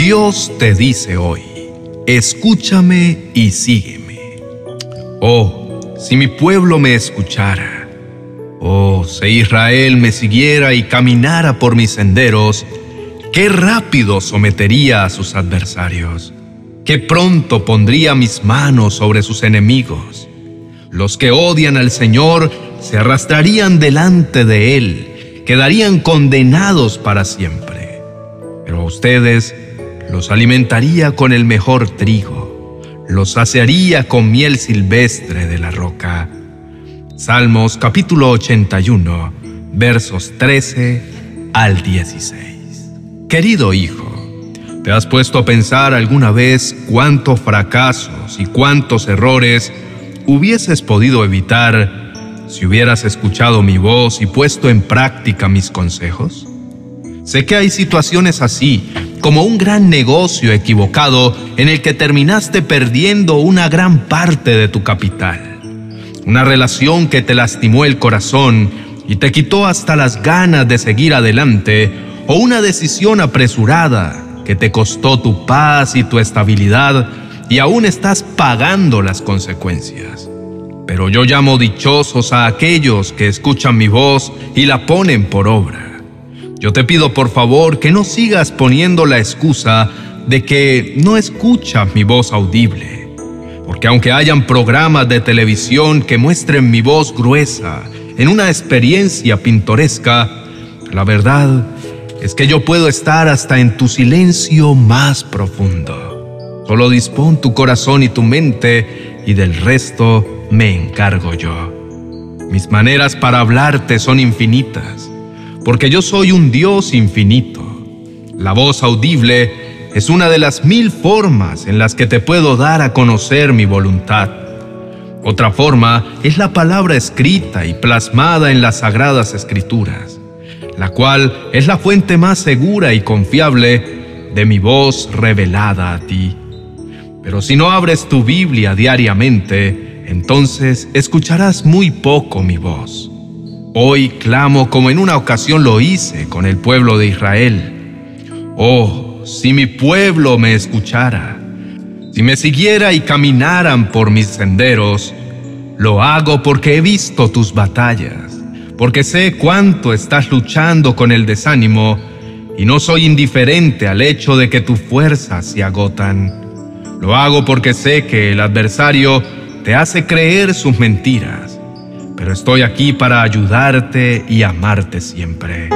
Dios te dice hoy: escúchame y sígueme. Oh, si mi pueblo me escuchara. Oh, si Israel me siguiera y caminara por mis senderos, qué rápido sometería a sus adversarios. Qué pronto pondría mis manos sobre sus enemigos. Los que odian al Señor se arrastrarían delante de Él, quedarían condenados para siempre. Pero a ustedes los alimentaría con el mejor trigo, los saciaría con miel silvestre de la roca. Salmos capítulo 81, versos 13 al 16. Querido hijo, ¿te has puesto a pensar alguna vez cuántos fracasos y cuántos errores hubieses podido evitar si hubieras escuchado mi voz y puesto en práctica mis consejos? Sé que hay situaciones así, como un gran negocio equivocado en el que terminaste perdiendo una gran parte de tu capital. Una relación que te lastimó el corazón y te quitó hasta las ganas de seguir adelante, o una decisión apresurada que te costó tu paz y tu estabilidad y aún estás pagando las consecuencias. Pero yo llamo dichosos a aquellos que escuchan mi voz y la ponen por obra. Yo te pido por favor que no sigas poniendo la excusa de que no escuchas mi voz audible. Porque aunque hayan programas de televisión que muestren mi voz gruesa en una experiencia pintoresca, la verdad es que yo puedo estar hasta en tu silencio más profundo. Solo dispón tu corazón y tu mente, y del resto me encargo yo. Mis maneras para hablarte son infinitas, porque yo soy un Dios infinito. La voz audible es una de las 1000 formas en las que te puedo dar a conocer mi voluntad. Otra forma es la palabra escrita y plasmada en las Sagradas Escrituras, la cual es la fuente más segura y confiable de mi voz revelada a ti. Pero si no abres tu Biblia diariamente, entonces escucharás muy poco mi voz. Hoy clamo como en una ocasión lo hice con el pueblo de Israel. Oh, si mi pueblo me escuchara, si me siguiera y caminaran por mis senderos. Lo hago porque he visto tus batallas, porque sé cuánto estás luchando con el desánimo, y no soy indiferente al hecho de que tus fuerzas se agotan. Lo hago porque sé que el adversario te hace creer sus mentiras, pero estoy aquí para ayudarte y amarte siempre.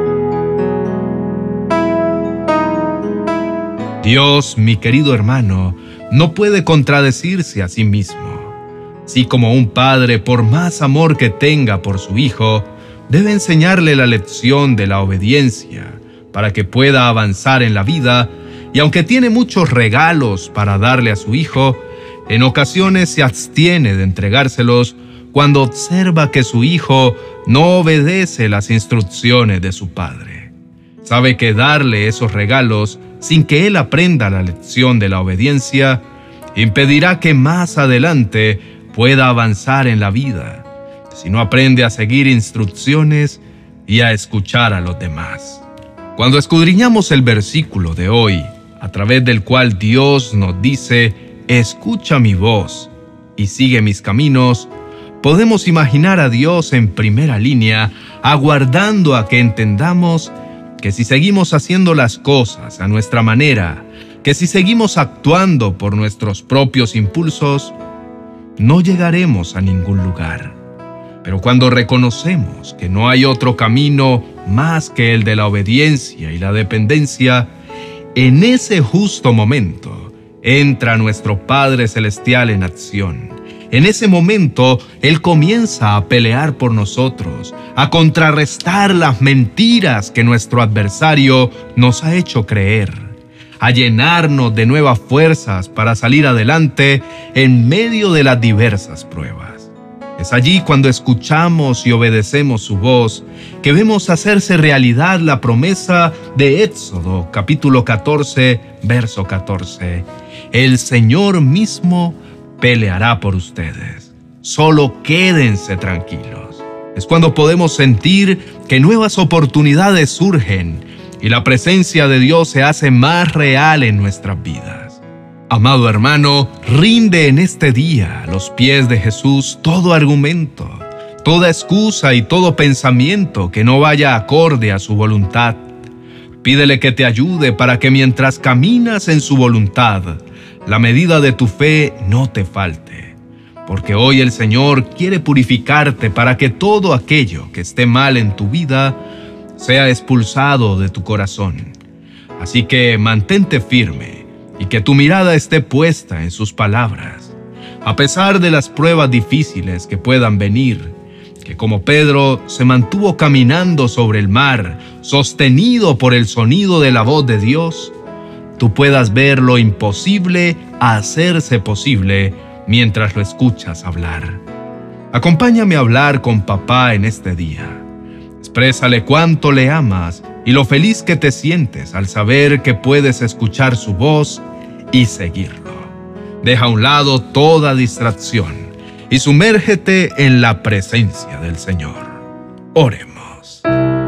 Dios, mi querido hermano, no puede contradecirse a sí mismo. Así como un padre, por más amor que tenga por su hijo, debe enseñarle la lección de la obediencia para que pueda avanzar en la vida, y aunque tiene muchos regalos para darle a su hijo, en ocasiones se abstiene de entregárselos cuando observa que su hijo no obedece las instrucciones de su padre. Sabe que darle esos regalos sin que él aprenda la lección de la obediencia impedirá que más adelante pueda avanzar en la vida, si no aprende a seguir instrucciones y a escuchar a los demás. Cuando escudriñamos el versículo de hoy, a través del cual Dios nos dice: escucha mi voz y sigue mis caminos, podemos imaginar a Dios en primera línea, aguardando a que entendamos que si seguimos haciendo las cosas a nuestra manera, que si seguimos actuando por nuestros propios impulsos, no llegaremos a ningún lugar. Pero cuando reconocemos que no hay otro camino más que el de la obediencia y la dependencia, en ese justo momento entra nuestro Padre Celestial en acción. En ese momento, Él comienza a pelear por nosotros, a contrarrestar las mentiras que nuestro adversario nos ha hecho creer, a llenarnos de nuevas fuerzas para salir adelante en medio de las diversas pruebas. Es allí cuando escuchamos y obedecemos su voz que vemos hacerse realidad la promesa de Éxodo, capítulo 14, verso 14. El Señor mismo peleará por ustedes. Solo quédense tranquilos. Es cuando podemos sentir que nuevas oportunidades surgen, y la presencia de Dios se hace más real en nuestras vidas. Amado hermano, rinde en este día a los pies de Jesús todo argumento, toda excusa y todo pensamiento que no vaya acorde a su voluntad. Pídele que te ayude para que mientras caminas en su voluntad, la medida de tu fe no te falte. Porque hoy el Señor quiere purificarte para que todo aquello que esté mal en tu vida sea expulsado de tu corazón. Así que mantente firme y que tu mirada esté puesta en sus palabras. A pesar de las pruebas difíciles que puedan venir, que como Pedro se mantuvo caminando sobre el mar, sostenido por el sonido de la voz de Dios, tú puedas ver lo imposible a hacerse posible mientras lo escuchas hablar. Acompáñame a hablar con papá en este día. Exprésale cuánto le amas y lo feliz que te sientes al saber que puedes escuchar su voz y seguirlo. Deja a un lado toda distracción y sumérgete en la presencia del Señor. Oremos.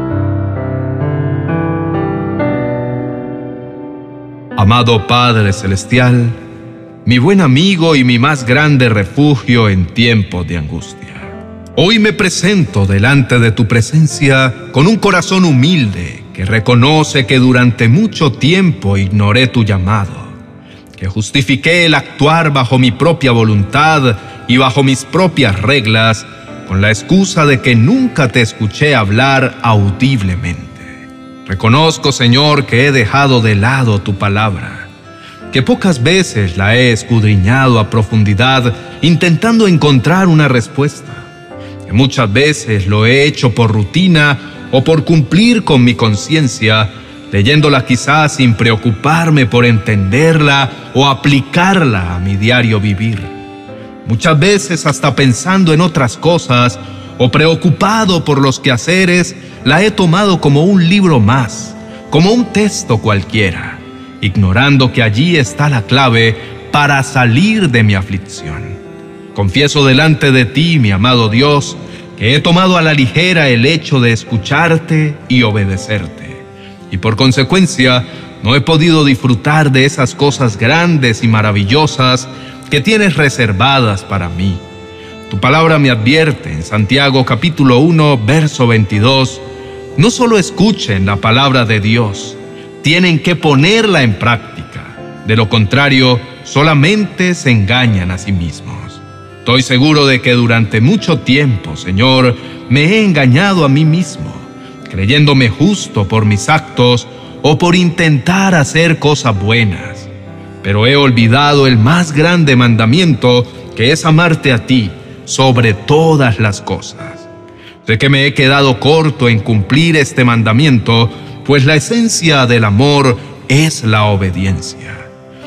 Amado Padre Celestial, mi buen amigo y mi más grande refugio en tiempos de angustia, hoy me presento delante de tu presencia con un corazón humilde que reconoce que durante mucho tiempo ignoré tu llamado, que justifiqué el actuar bajo mi propia voluntad y bajo mis propias reglas con la excusa de que nunca te escuché hablar audiblemente. Reconozco, Señor, que he dejado de lado tu palabra, que pocas veces la he escudriñado a profundidad intentando encontrar una respuesta, que muchas veces lo he hecho por rutina o por cumplir con mi conciencia, leyéndola quizás sin preocuparme por entenderla o aplicarla a mi diario vivir. Muchas veces hasta pensando en otras cosas o preocupado por los quehaceres, la he tomado como un libro más, como un texto cualquiera, ignorando que allí está la clave para salir de mi aflicción. Confieso delante de ti, mi amado Dios, que he tomado a la ligera el hecho de escucharte y obedecerte, y por consecuencia no he podido disfrutar de esas cosas grandes y maravillosas que tienes reservadas para mí. Tu palabra me advierte en Santiago capítulo 1, verso 22, no solo escuchen la palabra de Dios, tienen que ponerla en práctica. De lo contrario, solamente se engañan a sí mismos. Estoy seguro de que durante mucho tiempo, Señor, me he engañado a mí mismo, creyéndome justo por mis actos o por intentar hacer cosas buenas. Pero he olvidado el más grande mandamiento, que es amarte a ti sobre todas las cosas. Sé que me he quedado corto en cumplir este mandamiento, pues la esencia del amor es la obediencia.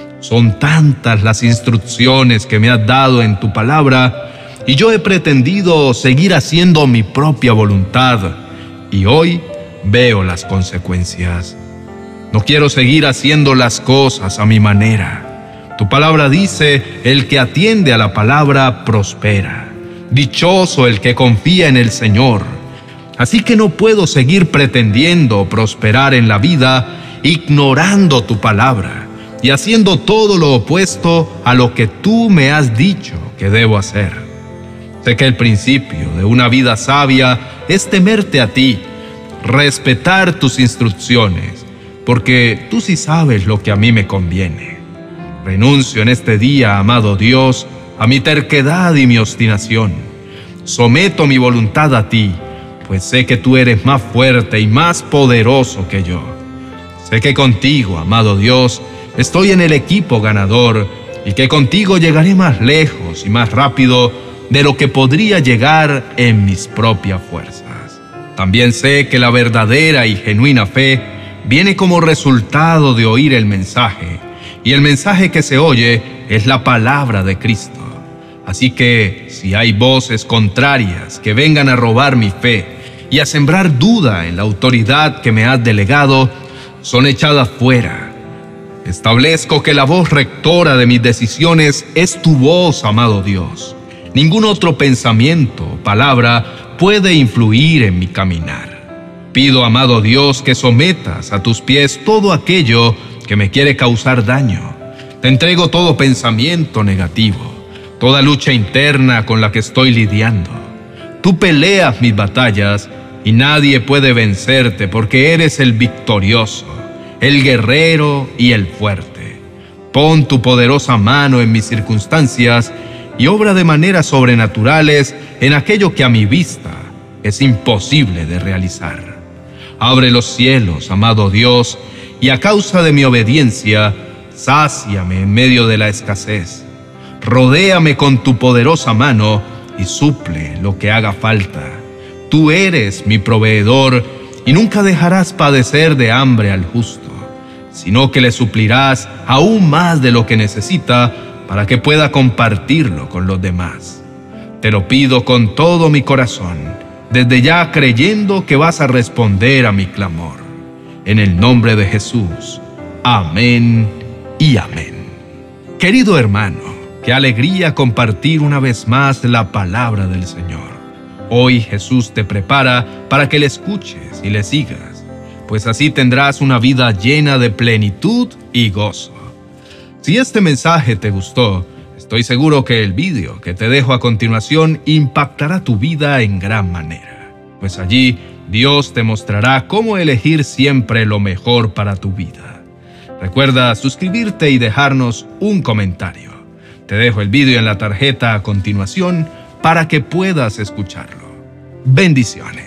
Son tantas las instrucciones que me has dado en tu palabra, y yo he pretendido seguir haciendo mi propia voluntad, y hoy veo las consecuencias. No quiero seguir haciendo las cosas a mi manera. Tu palabra dice, el que atiende a la palabra prospera. Dichoso el que confía en el Señor. Así que no puedo seguir pretendiendo prosperar en la vida ignorando tu palabra y haciendo todo lo opuesto a lo que tú me has dicho que debo hacer. Sé que el principio de una vida sabia es temerte a ti, respetar tus instrucciones, porque tú sí sabes lo que a mí me conviene. Renuncio en este día, amado Dios, a mi terquedad y mi obstinación. Someto mi voluntad a ti, pues sé que tú eres más fuerte y más poderoso que yo. Sé que contigo, amado Dios, estoy en el equipo ganador y que contigo llegaré más lejos y más rápido de lo que podría llegar en mis propias fuerzas. También sé que la verdadera y genuina fe viene como resultado de oír el mensaje, y el mensaje que se oye es la palabra de Cristo. Así que, si hay voces contrarias que vengan a robar mi fe y a sembrar duda en la autoridad que me has delegado, son echadas fuera. Establezco que la voz rectora de mis decisiones es tu voz, amado Dios. Ningún otro pensamiento o palabra puede influir en mi caminar. pido, amado Dios, que sometas a tus pies todo aquello que me quiere causar daño. Te entrego todo pensamiento negativo, toda lucha interna con la que estoy lidiando. Tú peleas mis batallas y nadie puede vencerte porque eres el victorioso, el guerrero y el fuerte. Pon tu poderosa mano en mis circunstancias y obra de maneras sobrenaturales en aquello que a mi vista es imposible de realizar. Abre los cielos, amado Dios, y a causa de mi obediencia, sáciame en medio de la escasez. Rodéame con tu poderosa mano y suple lo que haga falta. Tú eres mi proveedor y nunca dejarás padecer de hambre al justo, sino que le suplirás aún más de lo que necesita para que pueda compartirlo con los demás. Te lo pido con todo mi corazón, desde ya creyendo que vas a responder a mi clamor. En el nombre de Jesús. Amén y amén. Querido hermano, qué alegría compartir una vez más la palabra del Señor. Hoy Jesús te prepara para que le escuches y le sigas, pues así tendrás una vida llena de plenitud y gozo. Si este mensaje te gustó, estoy seguro que el vídeo que te dejo a continuación impactará tu vida en gran manera, pues allí Dios te mostrará cómo elegir siempre lo mejor para tu vida. Recuerda suscribirte y dejarnos un comentario. Te dejo el vídeo en la tarjeta a continuación para que puedas escucharlo. Bendiciones.